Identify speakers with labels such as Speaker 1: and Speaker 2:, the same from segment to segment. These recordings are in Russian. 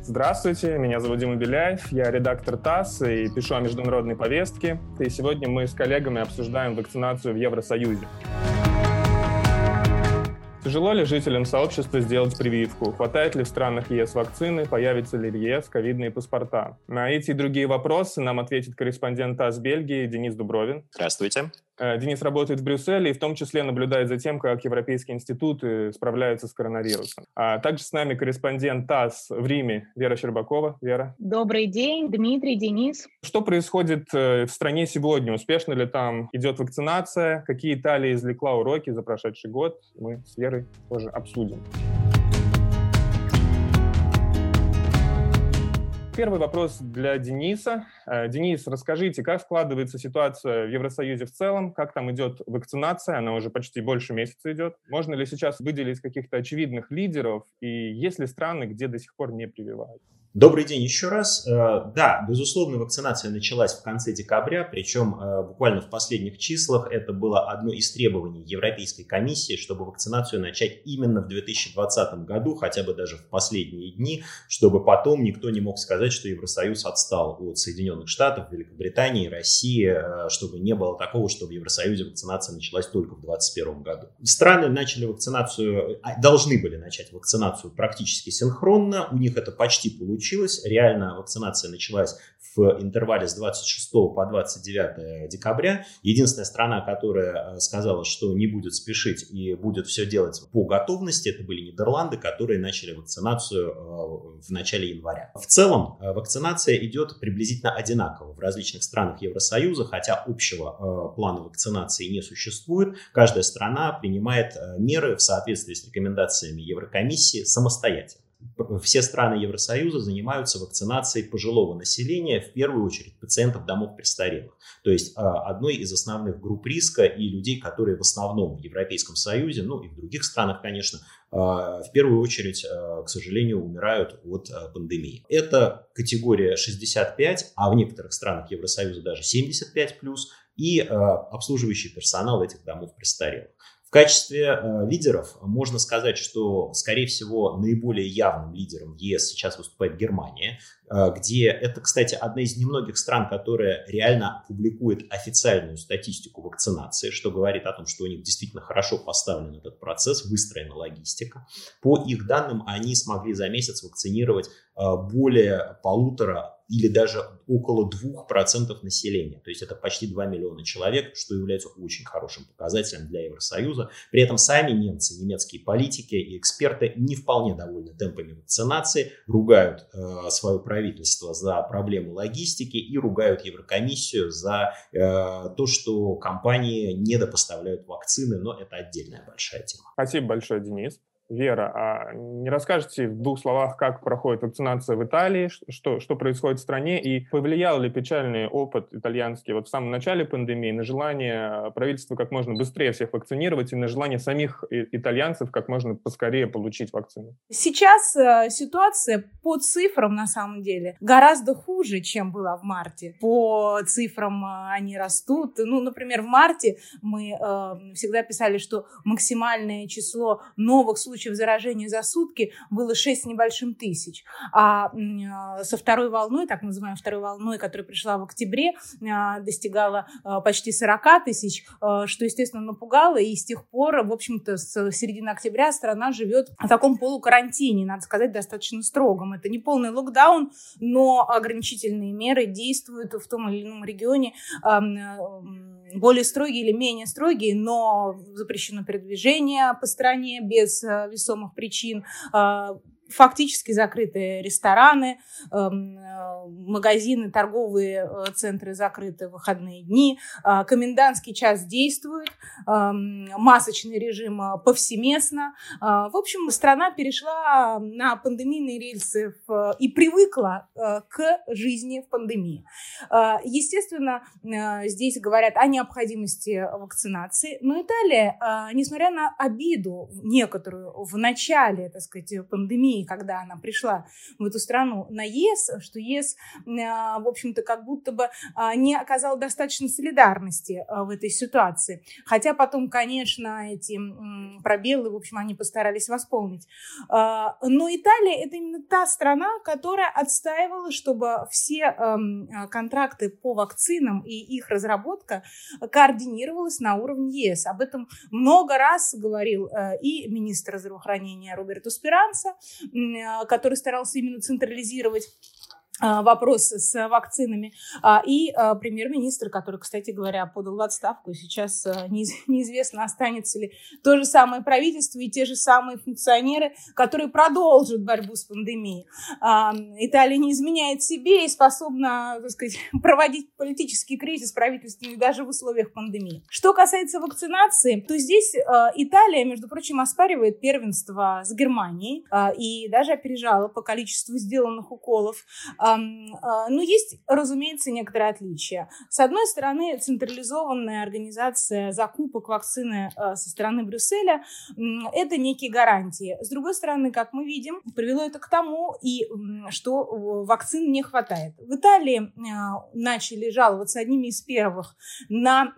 Speaker 1: Здравствуйте, меня зовут Дима Беляев, я редактор ТАСС и пишу о международной повестке. И сегодня мы с коллегами обсуждаем вакцинацию в Евросоюзе. Тяжело ли жителям сообщества сделать прививку? Хватает ли в странах ЕС вакцины? Появятся ли в ЕС ковидные паспорта? На эти и другие вопросы нам ответит корреспондент ТАСС Бельгии Денис Дубровин.
Speaker 2: Здравствуйте.
Speaker 1: Денис работает в Брюсселе и в том числе наблюдает за тем, как европейские институты справляются с коронавирусом. А также с нами корреспондент ТАСС в Риме Вера Щербакова. Вера.
Speaker 3: Добрый день, Дмитрий, Денис.
Speaker 1: Что происходит в стране сегодня? Успешно ли там идет вакцинация? Какие Италия извлекла уроки за прошедший год? Мы с Верой тоже обсудим. Первый вопрос для Дениса. Денис, расскажите, как складывается ситуация в Евросоюзе в целом, как там идет вакцинация, она уже почти больше месяца идет. Можно ли сейчас выделить каких-то очевидных лидеров, и есть ли страны, где до сих пор не прививают?
Speaker 2: Добрый день еще раз. Да, безусловно, вакцинация началась в конце декабря, причем буквально в последних числах это было одно из требований Европейской комиссии, чтобы вакцинацию начать именно в 2020 году, хотя бы даже в последние дни, чтобы потом никто не мог сказать, что Евросоюз отстал от Соединенных Штатов, Великобритании, России, чтобы не было такого, что в Евросоюзе вакцинация началась только в 2021 году. Страны начали вакцинацию, должны были начать вакцинацию практически синхронно, у них это почти получилось. Реально вакцинация началась в интервале с 26 по 29 декабря. Единственная страна, которая сказала, что не будет спешить и будет все делать по готовности, это были Нидерланды, которые начали вакцинацию в начале января. В целом вакцинация идет приблизительно одинаково в различных странах Евросоюза, хотя общего плана вакцинации не существует. Каждая страна принимает меры в соответствии с рекомендациями Еврокомиссии самостоятельно. Все страны Евросоюза занимаются вакцинацией пожилого населения, в первую очередь пациентов домов престарелых. То есть одной из основных групп риска и людей, которые в основном в Европейском Союзе, ну и в других странах, конечно, в первую очередь, к сожалению, умирают от пандемии. Это категория 65, а в некоторых странах Евросоюза даже 75+, и обслуживающий персонал этих домов престарелых. В качестве лидеров можно сказать, что, скорее всего, наиболее явным лидером в ЕС сейчас выступает Германия, где это, кстати, одна из немногих стран, которая реально публикует официальную статистику вакцинации, что говорит о том, что у них действительно хорошо поставлен этот процесс, выстроена логистика. По их данным, они смогли за месяц вакцинировать более 1,5 или даже около 2% населения. То есть это почти 2 миллиона человек, что является очень хорошим показателем для Евросоюза. При этом сами немцы, немецкие политики и эксперты не вполне довольны темпами вакцинации, ругают свое правительство за проблемы логистики и ругают Еврокомиссию за то, что компании недопоставляют вакцины, но это отдельная большая тема.
Speaker 1: Спасибо большое, Денис. Вера, а не расскажете в 2 словах, как проходит вакцинация в Италии, что происходит в стране, и повлиял ли печальный опыт итальянский вот в самом начале пандемии на желание правительства как можно быстрее всех вакцинировать и на желание самих итальянцев как можно поскорее получить вакцину?
Speaker 3: Сейчас ситуация по цифрам, на самом деле, гораздо хуже, чем была в марте. По цифрам они растут. Ну, например, в марте мы всегда писали, что максимальное число новых случаев заражения за сутки было 6 с небольшим тысяч. А со второй волной, так называемой второй волной, которая пришла в октябре, достигала почти 40 тысяч, что, естественно, напугало. И с тех пор, в общем-то, с середины октября страна живет в таком полукарантине, надо сказать, достаточно строгом. Это не полный локдаун, но ограничительные меры действуют в том или ином регионе более строгие или менее строгие, но запрещено передвижение по стране без весомых причин. Фактически закрыты рестораны, магазины, торговые центры закрыты в выходные дни, комендантский час действует, масочный режим повсеместно. В общем, страна перешла на пандемийные рельсы и привыкла к жизни в пандемии. Естественно, здесь говорят о необходимости вакцинации, но Италия, несмотря на обиду некоторую в начале, так сказать, пандемии, пандемии, когда она пришла в эту страну на ЕС, что ЕС, в общем-то, как будто бы не оказал достаточно солидарности в этой ситуации. Хотя потом, конечно, эти пробелы, в общем, они постарались восполнить. Но Италия – это именно та страна, которая отстаивала, чтобы все контракты по вакцинам и их разработка координировалась на уровне ЕС. Об этом много раз говорил и министр здравоохранения Роберто Спиранца, который старался именно централизировать вопрос с вакцинами, и премьер-министр, который, кстати говоря, подал в отставку, и сейчас неизвестно, останется ли то же самое правительство и те же самые функционеры, которые продолжат борьбу с пандемией. Италия не изменяет себе и способна, так сказать, проводить политический кризис правительственный даже в условиях пандемии. Что касается вакцинации, то здесь Италия, между прочим, оспаривает первенство с Германией и даже опережала по количеству сделанных уколов. Но есть, разумеется, некоторые отличия. С одной стороны, централизованная организация закупок вакцины со стороны Брюсселя – это некие гарантии. С другой стороны, как мы видим, привело это к тому, что вакцин не хватает. В Италии начали жаловаться одними из первых на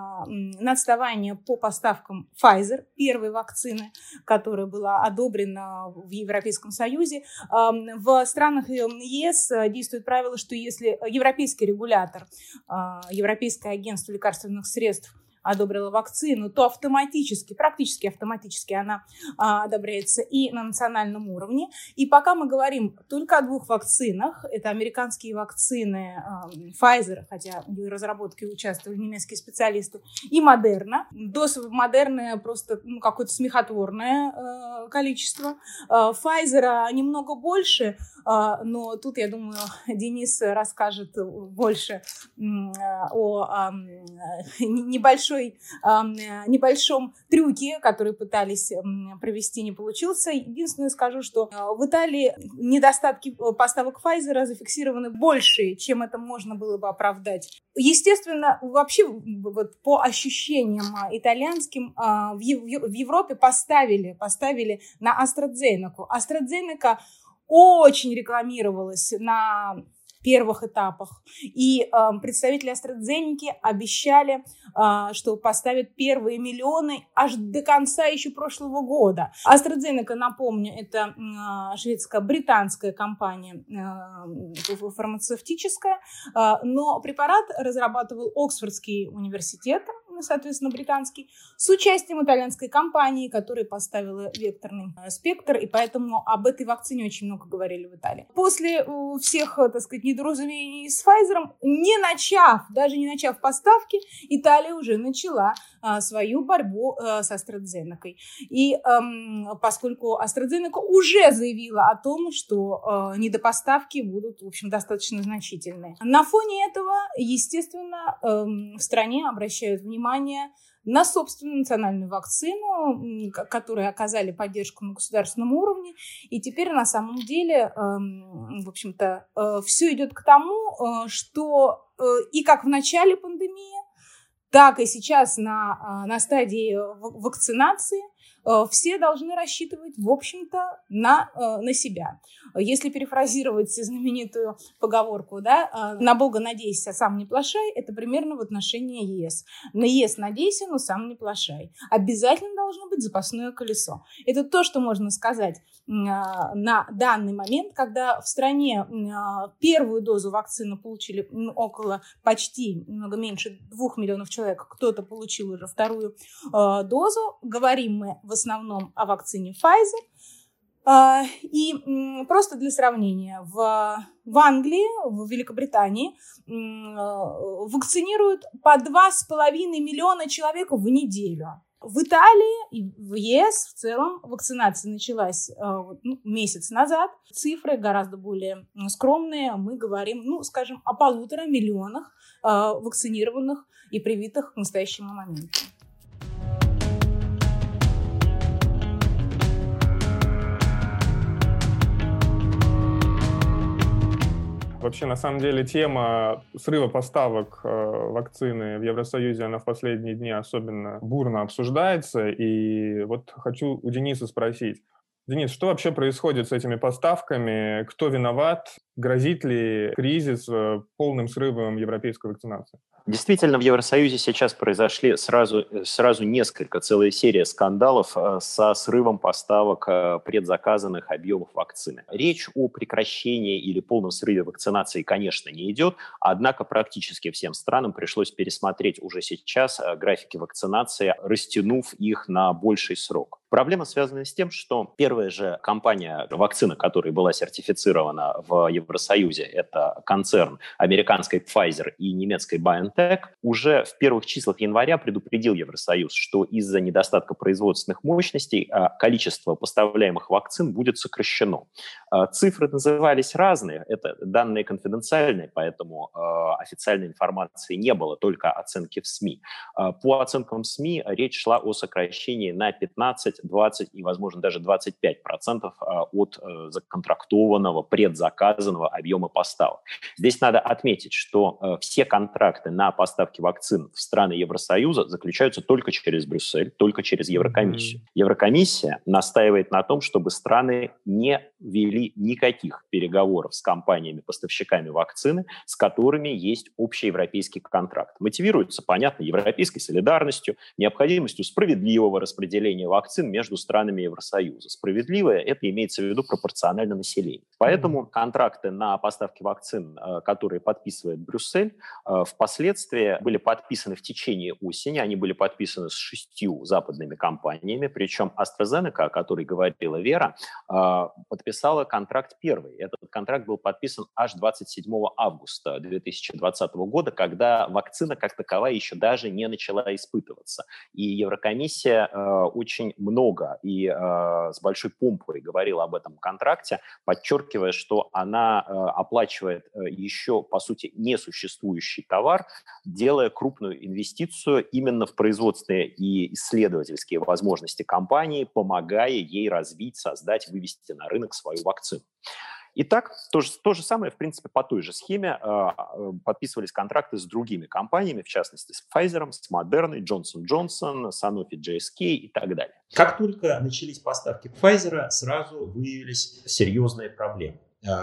Speaker 3: отставание по поставкам Pfizer, первой вакцины, которая была одобрена в Европейском Союзе. В странах ЕС действует правило, что если европейский регулятор, Европейское агентство лекарственных средств одобрила вакцину, то автоматически, практически автоматически она одобряется и на национальном уровне. И пока мы говорим только о двух вакцинах, это американские вакцины Pfizer, хотя в ее разработке участвовали немецкие специалисты, и Moderna. Доз Moderna просто какое-то смехотворное количество. Pfizer немного больше, но тут, я думаю, Денис расскажет больше о небольшом трюке, который пытались провести, не получился. Единственное скажу, что в Италии недостатки поставок Pfizer зафиксированы больше, чем это можно было бы оправдать. Естественно, вообще вот по ощущениям итальянским в Европе поставили на AstraZeneca. AstraZeneca очень рекламировалась на первых этапах. И представители AstraZeneca обещали, что поставят первые миллионы аж до конца еще прошлого года. AstraZeneca, напомню, это шведско-британская компания фармацевтическая, но препарат разрабатывал Оксфордский университет, соответственно, британский, с участием итальянской компании, которая поставила векторный спектр, и поэтому об этой вакцине очень много говорили в Италии. После всех, так сказать, недоразумений с Pfizer, даже не начав поставки, Италия уже начала свою борьбу с AstraZeneca. И поскольку AstraZeneca уже заявила о том, что недопоставки будут, в общем, достаточно значительные. На фоне этого, естественно, в стране обращают внимание на собственную национальную вакцину, которые оказали поддержку на государственном уровне. И теперь на самом деле, в общем-то, все идет к тому, что и как в начале пандемии, так и сейчас на стадии вакцинации все должны рассчитывать, в общем-то, на себя. Если перефразировать знаменитую поговорку, да, «на Бога надейся, сам не плашай», это примерно в отношении ЕС. На ЕС надейся, но сам не плашай. Обязательно должно быть запасное колесо. Это то, что можно сказать на данный момент, когда в стране первую дозу вакцины получили около почти немного меньше 2 миллионов человек, кто-то получил уже вторую дозу. Говорим мы в основном о вакцине Pfizer. И просто для сравнения, в Англии, в Великобритании вакцинируют по 2,5 миллиона человек в неделю. В Италии и в ЕС в целом вакцинация началась месяц назад. Цифры гораздо более скромные. Мы говорим, скажем, о 1,5 миллионах вакцинированных и привитых к настоящему моменту.
Speaker 1: Вообще, на самом деле, тема срыва поставок вакцины в Евросоюзе, она в последние дни особенно бурно обсуждается. И вот хочу у Дениса спросить, Денис, что вообще происходит с этими поставками? Кто виноват? Грозит ли кризис полным срывом европейской вакцинации?
Speaker 4: Действительно, в Евросоюзе сейчас произошли сразу несколько, целая серия скандалов со срывом поставок предзаказанных объемов вакцины. Речь о прекращении или полном срыве вакцинации, конечно, не идет, однако практически всем странам пришлось пересмотреть уже сейчас графики вакцинации, растянув их на больший срок. Проблема связана с тем, что первая же компания вакцины, которая была сертифицирована в Евросоюзе, это концерн американской Pfizer и немецкой BioNTech, уже в первых числах января предупредил Евросоюз, что из-за недостатка производственных мощностей количество поставляемых вакцин будет сокращено. Цифры назывались разные, это данные конфиденциальные, поэтому официальной информации не было, только оценки в СМИ. По оценкам СМИ речь шла о сокращении на 15, 20 и, возможно, даже 25% от законтрактованного, предзаказанного объема поставок. Здесь надо отметить, что все контракты на поставки вакцин в страны Евросоюза заключаются только через Брюссель, только через Еврокомиссию. Еврокомиссия настаивает на том, чтобы страны не вели никаких переговоров с компаниями-поставщиками вакцины, с которыми есть общеевропейский контракт. Мотивируется, понятно, европейской солидарностью, необходимостью справедливого распределения вакцин между странами Евросоюза. Справедливое – это имеется в виду пропорционально населению. Поэтому контракты на поставки вакцин, которые подписывает Брюссель, впоследствии были подписаны в течение осени. Они были подписаны с 6 западными компаниями, причем AstraZeneca, о которой говорила Вера, подписала контракт первый. Этот контракт был подписан аж 27 августа 2020 года, когда вакцина как таковая еще даже не начала испытываться. И Еврокомиссия очень много и с большой помпой говорила об этом контракте, подчеркивая, что она оплачивает еще, по сути, несуществующий товар, делая крупную инвестицию именно в производственные и исследовательские возможности компании, помогая ей развить, создать, вывести на рынок свою вакцину. Итак, то же самое, в принципе, по той же схеме подписывались контракты с другими компаниями, в частности, с Pfizer, с Moderna, Johnson & Johnson, Sanofi, GSK и так далее.
Speaker 2: Как только начались поставки Pfizer, сразу выявились серьезные проблемы.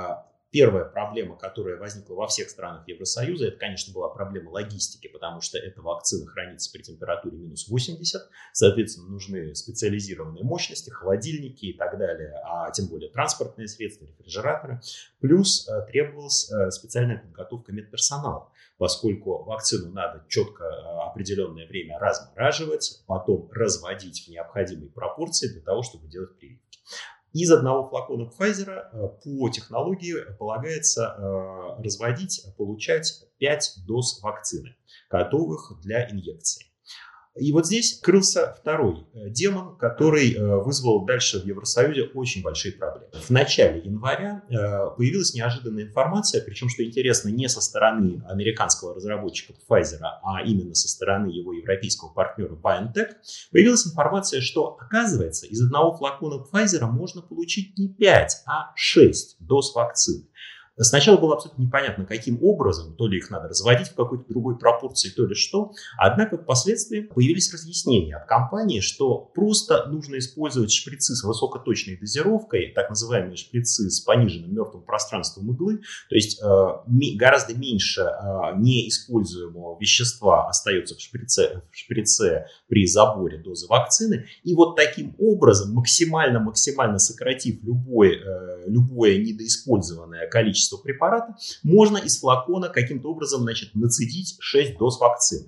Speaker 2: Первая проблема, которая возникла во всех странах Евросоюза, это, конечно, была проблема логистики, потому что эта вакцина хранится при температуре минус 80, соответственно, нужны специализированные мощности, холодильники и так далее, а тем более транспортные средства, рефрижераторы. Плюс требовалась специальная подготовка медперсонала, поскольку вакцину надо четко определенное время размораживать, потом разводить в необходимой пропорции для того, чтобы делать прививки. Из одного флакона Pfizer по технологии полагается разводить, получать 5 доз вакцины, готовых для инъекции. И вот здесь крылся второй демон, который вызвал дальше в Евросоюзе очень большие проблемы. В начале января появилась неожиданная информация, причем, что интересно, не со стороны американского разработчика Pfizer, а именно со стороны его европейского партнера BioNTech. Появилась информация, что, оказывается, из одного флакона Pfizer можно получить не 5, а 6 доз вакцины. Сначала было абсолютно непонятно, каким образом, то ли их надо разводить в какой-то другой пропорции, то ли что. Однако впоследствии появились разъяснения от компании, что просто нужно использовать шприцы с высокоточной дозировкой, так называемые шприцы с пониженным мертвым пространством иглы, то есть гораздо меньше неиспользуемого вещества остается в шприце при заборе дозы вакцины. И вот таким образом, максимально сократив любое недоиспользованное количество препарата, можно из флакона каким-то образом, нацедить 6 доз вакцины.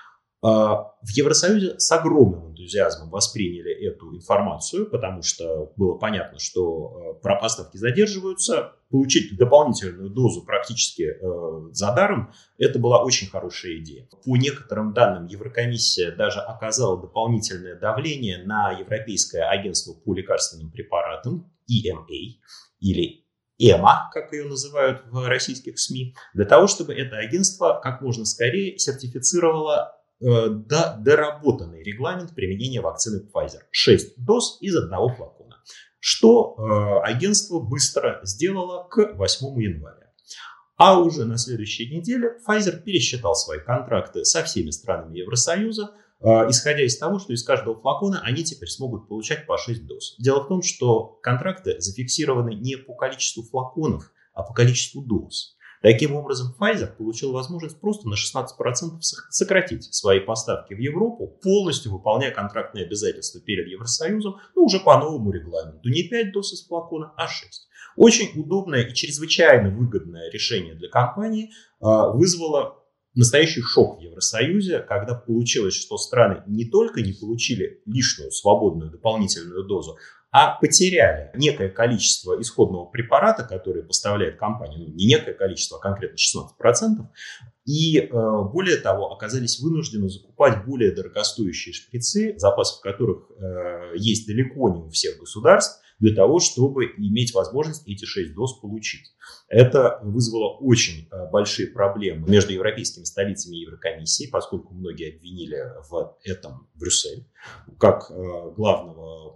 Speaker 2: В Евросоюзе с огромным энтузиазмом восприняли эту информацию, потому что было понятно, что поставки задерживаются. Получить дополнительную дозу практически за даром – это была очень хорошая идея. По некоторым данным, Еврокомиссия даже оказала дополнительное давление на Европейское агентство по лекарственным препаратам, EMA, или ЭМА, как ее называют в российских СМИ, для того, чтобы это агентство как можно скорее сертифицировало доработанный регламент применения вакцины Pfizer. 6 доз из одного флакона. Что агентство быстро сделало к 8 января. А уже на следующей неделе Pfizer пересчитал свои контракты со всеми странами Евросоюза, исходя из того, что из каждого флакона они теперь смогут получать по 6 доз. Дело в том, что контракты зафиксированы не по количеству флаконов, а по количеству доз. Таким образом, Pfizer получил возможность просто на 16% сократить свои поставки в Европу, полностью выполняя контрактные обязательства перед Евросоюзом, но уже по новому регламенту. Не 5 доз из флакона, а 6. Очень удобное и чрезвычайно выгодное решение для компании вызвало настоящий шок в Евросоюзе, когда получилось, что страны не только не получили лишнюю свободную дополнительную дозу, а потеряли некое количество исходного препарата, который поставляет компания, не некое количество, а конкретно 16%, и более того, оказались вынуждены закупать более дорогостоящие шприцы, запасов которых есть далеко не у всех государств, для того, чтобы иметь возможность эти 6 доз получить. Это вызвало очень большие проблемы между европейскими столицами и Еврокомиссией, поскольку многие обвинили в этом Брюссель как главного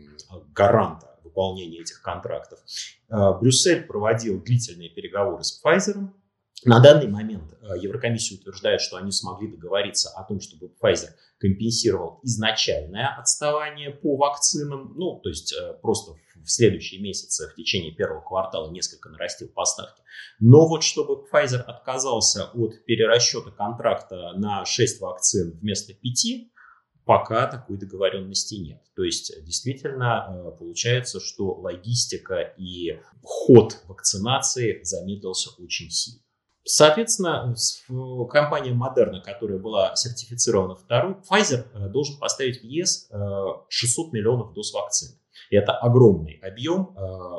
Speaker 2: гаранта выполнения этих контрактов. Брюссель проводил длительные переговоры с Pfizer. На данный момент Еврокомиссия утверждает, что они смогли договориться о том, чтобы Pfizer компенсировал изначальное отставание по вакцинам, то есть просто в следующие месяцы, в течение первого квартала несколько нарастил поставки. Но вот чтобы Pfizer отказался от перерасчета контракта на 6 вакцин вместо 5, пока такой договоренности нет. То есть действительно получается, что логистика и ход вакцинации замедлился очень сильно. Соответственно, компания Moderna, которая была сертифицирована второй, Pfizer должен поставить в ЕС 600 миллионов доз вакцины. Это огромный объем.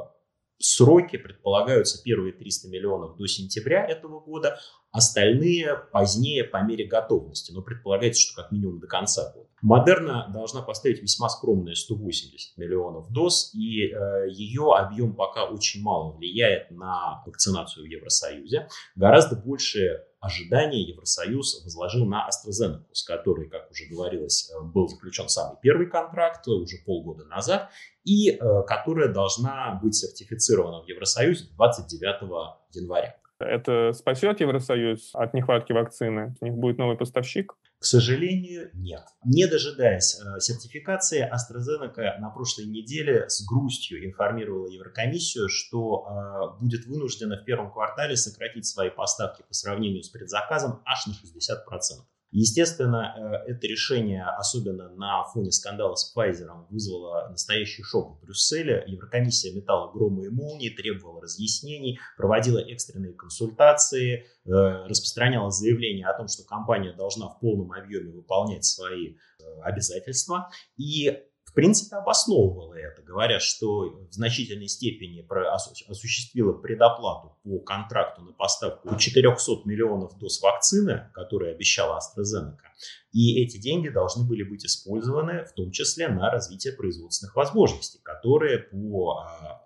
Speaker 2: Сроки предполагаются первые 300 миллионов до сентября этого года, остальные позднее по мере готовности, но предполагается, что как минимум до конца года. Moderna должна поставить весьма скромные 180 миллионов доз, и ее объем пока очень мало влияет на вакцинацию в Евросоюзе. Гораздо больше ожидания Евросоюз возложил на AstraZeneca, с которой, как уже говорилось, был заключен самый первый контракт уже полгода назад, и которая должна быть сертифицирована в Евросоюзе 29 января.
Speaker 1: Это спасет Евросоюз от нехватки вакцины? У них будет новый поставщик?
Speaker 2: К сожалению, нет. Не дожидаясь сертификации, AstraZeneca на прошлой неделе с грустью информировала Еврокомиссию, что будет вынуждена в первом квартале сократить свои поставки по сравнению с предзаказом аж на 60%. Естественно, это решение, особенно на фоне скандала с Pfizer, вызвало настоящий шок в Брюсселе. Еврокомиссия метала громы и молнии, требовала разъяснений, проводила экстренные консультации, распространяла заявление о том, что компания должна в полном объеме выполнять свои обязательства. И в принципе, обосновывала это, говоря, что в значительной степени осуществила предоплату по контракту на поставку 400 миллионов доз вакцины, которые обещала AstraZeneca. И эти деньги должны были быть использованы в том числе на развитие производственных возможностей, которые по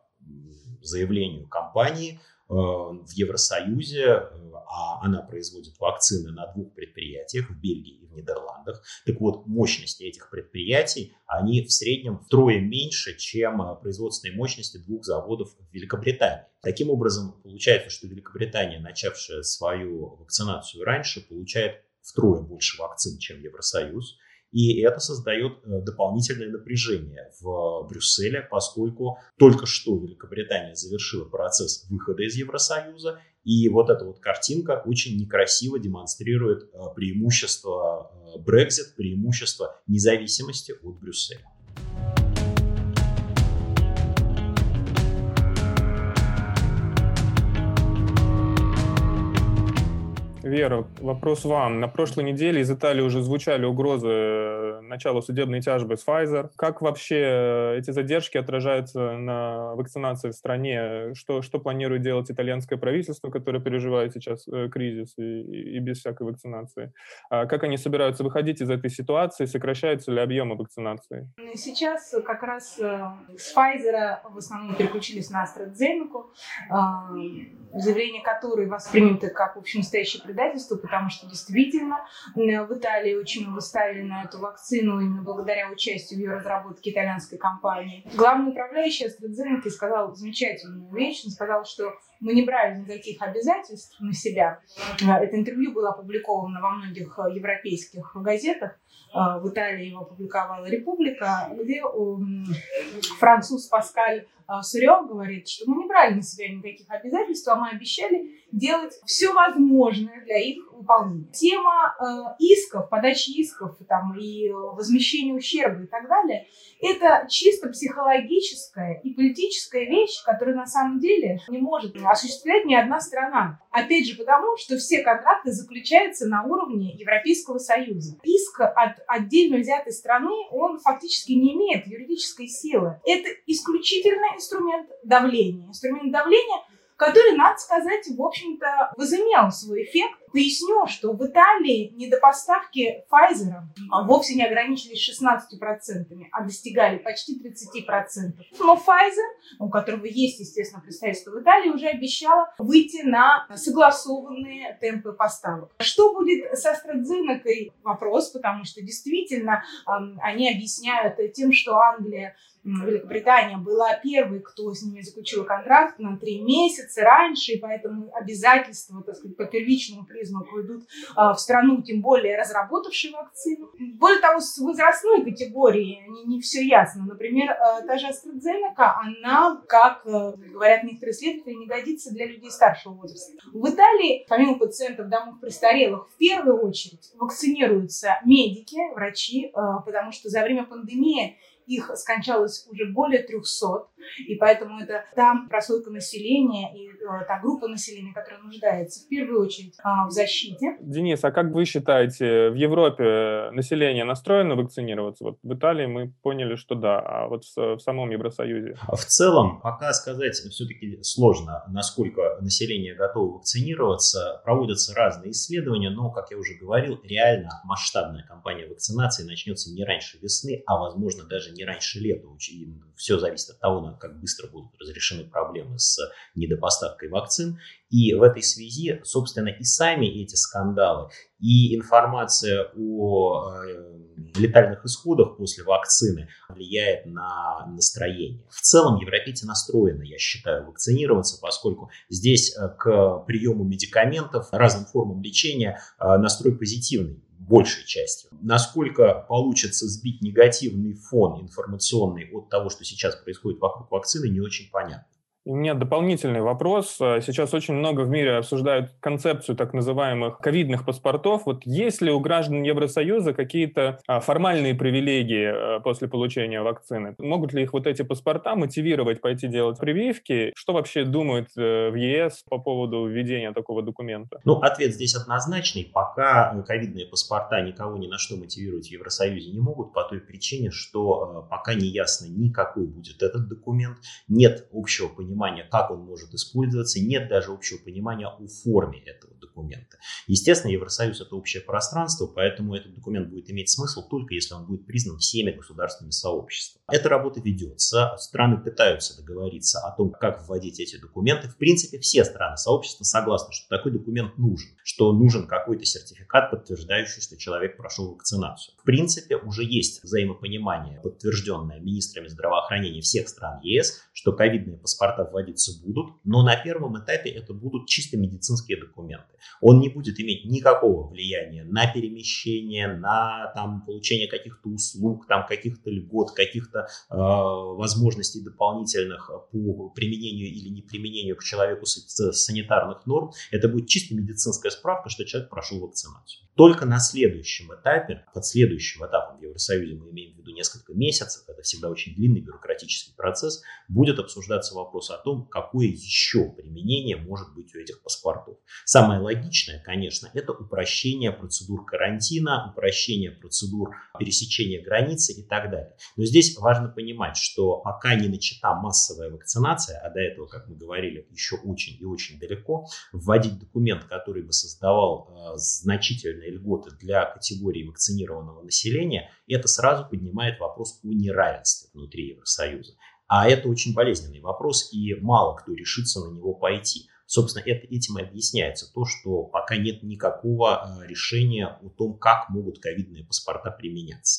Speaker 2: заявлению компании в Евросоюзе, а она производит вакцины на 2 предприятиях, в Бельгии и в Нидерландах. Так вот, мощности этих предприятий, они в среднем втрое меньше, чем производственные мощности 2 заводов в Великобритании. Таким образом, получается, что Великобритания, начавшая свою вакцинацию раньше, получает втрое больше вакцин, чем Евросоюз. И это создает дополнительное напряжение в Брюсселе, поскольку только что Великобритания завершила процесс выхода из Евросоюза, и вот эта вот картинка очень некрасиво демонстрирует преимущество Brexit, преимущество независимости от Брюсселя.
Speaker 1: Вера, вопрос вам. На прошлой неделе из Италии уже звучали угрозы начала судебной тяжбы с Pfizer. Как вообще эти задержки отражаются на вакцинации в стране? Что планирует делать итальянское правительство, которое переживает сейчас кризис и без всякой вакцинации? Как они собираются выходить из этой ситуации? Сокращаются ли объемы вакцинации?
Speaker 3: Сейчас как раз с Pfizer в основном переключились на AstraZeneca, заявление которой воспринято как, в общем, настоящее предательство, потому что действительно в Италии очень много ставили на эту вакцину именно благодаря участию в ее разработке итальянской компании. Главный управляющий AstraZeneca сказал замечательную вещь. Он сказал, что мы не брали никаких обязательств на себя. Это интервью было опубликовано во многих европейских газетах. в Италии его опубликовала «Република», где француз Паскаль Сурёв говорит, что мы не брали на себя никаких обязательств, а мы обещали делать все возможное для их выполнения. Тема исков, подачи исков там, и возмещения ущерба и так далее – это чисто психологическая и политическая вещь, которую на самом деле не может осуществлять ни одна страна. Опять же потому, что все контракты заключаются на уровне Европейского Союза. Иск от отдельно взятой страны, он фактически не имеет юридической силы. Это исключительно инструмент давления. Инструмент давления, который, надо сказать, в общем-то, возымел свой эффект. Поясню, что в Италии недопоставки Pfizer вовсе не ограничились 16%, а достигали почти 30%. Но Pfizer, у которого есть, естественно, представительство в Италии, уже обещала выйти на согласованные темпы поставок. Что будет с AstraZeneca? Вопрос, потому что действительно они объясняют тем, что Англия, Великобритания была первой, кто с ними заключил контракт на 3 месяца раньше, и поэтому обязательства, так сказать, по первичному признаку идут в страну, тем более разработавшей вакцину. Более того, с возрастной категорией не все ясно. Например, та же AstraZeneca, она, как говорят некоторые исследователи, не годится для людей старшего возраста. В Италии, помимо пациентов домов престарелых, в первую очередь вакцинируются медики, врачи, потому что за время пандемии их скончалось уже более 300, и поэтому это та прослойка населения и та группа населения, которая нуждается в первую очередь в защите.
Speaker 1: Денис, а как вы считаете, в Европе население настроено вакцинироваться? Вот в Италии мы поняли, что да, а вот в самом Евросоюзе?
Speaker 2: В целом, пока сказать все-таки сложно, насколько население готово вакцинироваться. Проводятся разные исследования, но, как я уже говорил, реально масштабная кампания вакцинации начнется не раньше весны, а возможно даже не раньше лета. И все зависит от того, как быстро будут разрешены проблемы с недопоставкой вакцин. И в этой связи, собственно, и сами эти скандалы, и информация о летальных исходах после вакцины влияет на настроение. В целом европейцы настроены, я считаю, вакцинироваться, поскольку здесь к приему медикаментов, разным формам лечения настрой позитивный. Большей частью. Насколько получится сбить негативный фон информационный от того, что сейчас происходит вокруг вакцины, не очень понятно.
Speaker 1: У меня дополнительный вопрос. Сейчас очень много в мире обсуждают концепцию так называемых ковидных паспортов. Вот есть ли у граждан Евросоюза какие-то формальные привилегии после получения вакцины? Могут ли их вот эти паспорта мотивировать пойти делать прививки? Что вообще думают в ЕС по поводу введения такого документа?
Speaker 2: Ну, ответ здесь однозначный. Пока ковидные паспорта никого ни на что мотивировать в Евросоюзе не могут, по той причине, что пока не ясно ни какой будет этот документ, нет общего понимания, как он может использоваться, нет даже общего понимания о форме этого документа. Естественно, Евросоюз – это общее пространство, поэтому этот документ будет иметь смысл только если он будет признан всеми государственными сообществами. Эта работа ведется, страны пытаются договориться о том, как вводить эти документы. В принципе, все страны сообщества согласны, что такой документ нужен, что нужен какой-то сертификат, подтверждающий, что человек прошел вакцинацию. В принципе, уже есть взаимопонимание, подтвержденное министрами здравоохранения всех стран ЕС, что ковидные паспорта вводиться будут, но на первом этапе это будут чисто медицинские документы. Он не будет иметь никакого влияния на перемещение, на получение каких-то услуг, каких-то льгот, каких-то возможностей дополнительных по применению или неприменению к человеку санитарных норм. Это будет чисто медицинская справка, что человек прошел вакцинацию. Только на следующем этапе, под следующим этапом в Евросоюзе, мы имеем в виду несколько месяцев, это всегда очень длинный бюрократический процесс, будет обсуждаться вопрос о том, какое еще применение может быть у этих паспортов. Самое логичное, конечно, это упрощение процедур карантина, упрощение процедур пересечения границы и так далее. Но здесь важно понимать, что пока не начата массовая вакцинация, а до этого, как мы говорили, еще очень и очень далеко, вводить документ, который бы создавал значительные льготы для категории вакцинированного населения, это сразу поднимает вопрос о неравенстве внутри Евросоюза. А это очень болезненный вопрос, и мало кто решится на него пойти. Собственно, этим и объясняется то, что пока нет никакого решения о том, как могут ковидные паспорта применяться.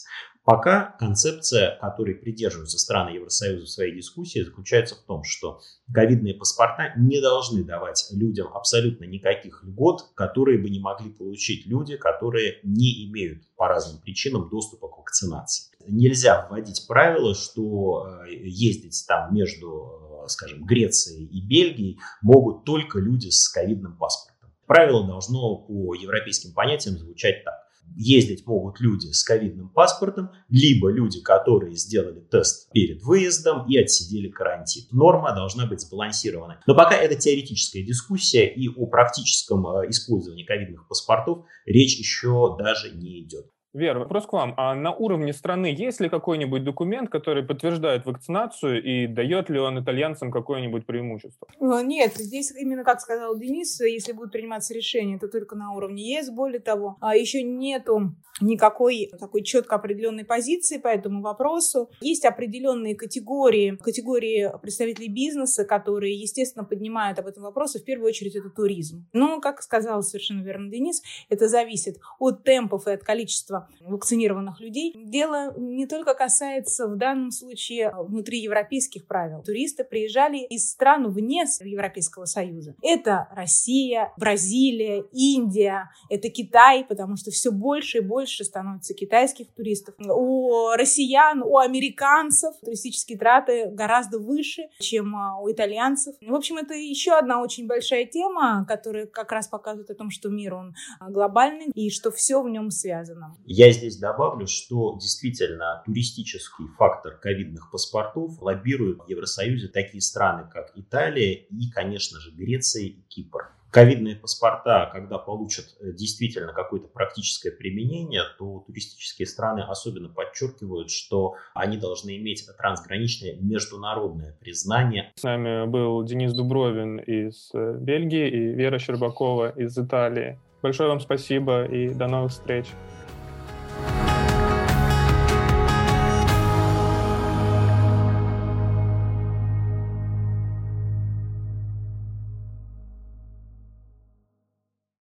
Speaker 2: Пока концепция, которой придерживаются страны Евросоюза в своей дискуссии, заключается в том, что ковидные паспорта не должны давать людям абсолютно никаких льгот, которые бы не могли получить люди, которые не имеют по разным причинам доступа к вакцинации. Нельзя вводить правило, что ездить там между, скажем, Грецией и Бельгией могут только люди с ковидным паспортом. Правило должно по европейским понятиям звучать так. Ездить могут люди с ковидным паспортом, либо люди, которые сделали тест перед выездом и отсидели карантин. Норма должна быть сбалансированной. Но пока это теоретическая дискуссия, и о практическом использовании ковидных паспортов речь еще даже не идет.
Speaker 1: Вера, вопрос к вам. А на уровне страны есть ли какой-нибудь документ, который подтверждает вакцинацию, и дает ли он итальянцам какое-нибудь преимущество?
Speaker 3: Нет, здесь именно, как сказал Денис, если будут приниматься решения, то только на уровне ЕС. Более того, еще нету никакой такой четко определенной позиции по этому вопросу. Есть определенные категории представителей бизнеса, которые, естественно, поднимают об этом вопрос, и в первую очередь это туризм. Но, как сказал совершенно верно Денис, это зависит от темпов и от количества вакцинированных людей. Дело не только касается в данном случае внутриевропейских правил. Туристы приезжали из стран вне Европейского Союза. Это Россия, Бразилия, Индия, это Китай, потому что все больше и больше становится китайских туристов. У россиян, у американцев туристические траты гораздо выше, чем у итальянцев. В общем, это еще одна очень большая тема, которая как раз показывает о том, что мир, он глобальный, и что все в нем связано.
Speaker 2: Я здесь добавлю, что действительно туристический фактор ковидных паспортов лоббируют в Евросоюзе такие страны, как Италия и, конечно же, Греция и Кипр. Ковидные паспорта, когда получат действительно какое-то практическое применение, то туристические страны особенно подчеркивают, что они должны иметь трансграничное международное признание.
Speaker 1: С нами был Денис Дубровин из Бельгии и Вера Щербакова из Италии. Большое вам спасибо и до новых встреч.